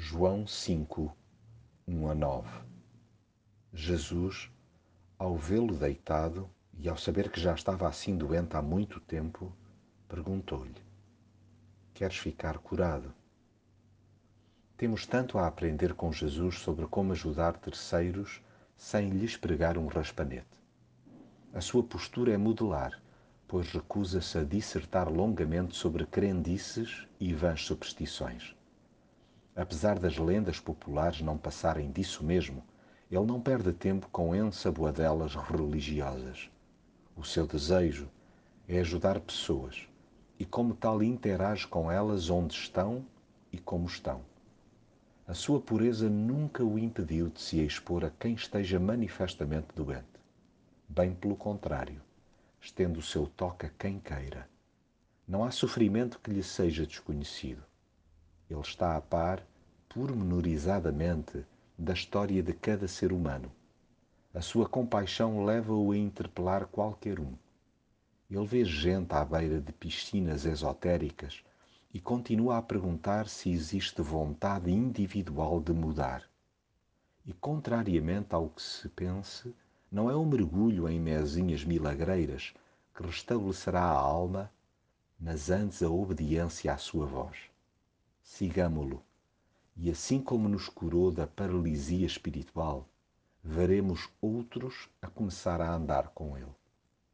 João 5, 1 a 9. Jesus, ao vê-lo deitado e ao saber que já estava assim doente há muito tempo, perguntou-lhe: Queres ficar curado? Temos tanto a aprender com Jesus sobre como ajudar terceiros sem lhes pregar um raspanete. A sua postura é modelar, pois recusa-se a dissertar longamente sobre crendices e vãs superstições. Apesar das lendas populares não passarem disso mesmo, ele não perde tempo com ensaboadelas religiosas. O seu desejo é ajudar pessoas e, como tal, interage com elas onde estão e como estão. A sua pureza nunca o impediu de se expor a quem esteja manifestamente doente. Bem pelo contrário, estende o seu toque a quem queira. Não há sofrimento que lhe seja desconhecido. Ele está a par, pormenorizadamente, da história de cada ser humano. A sua compaixão leva-o a interpelar qualquer um. Ele vê gente à beira de piscinas esotéricas e continua a perguntar se existe vontade individual de mudar. E, contrariamente ao que se pense, não é o mergulho em mezinhas milagreiras que restabelecerá a alma, mas antes a obediência à sua voz. Sigamo-lo, e assim como nos curou da paralisia espiritual, veremos outros a começar a andar com ele.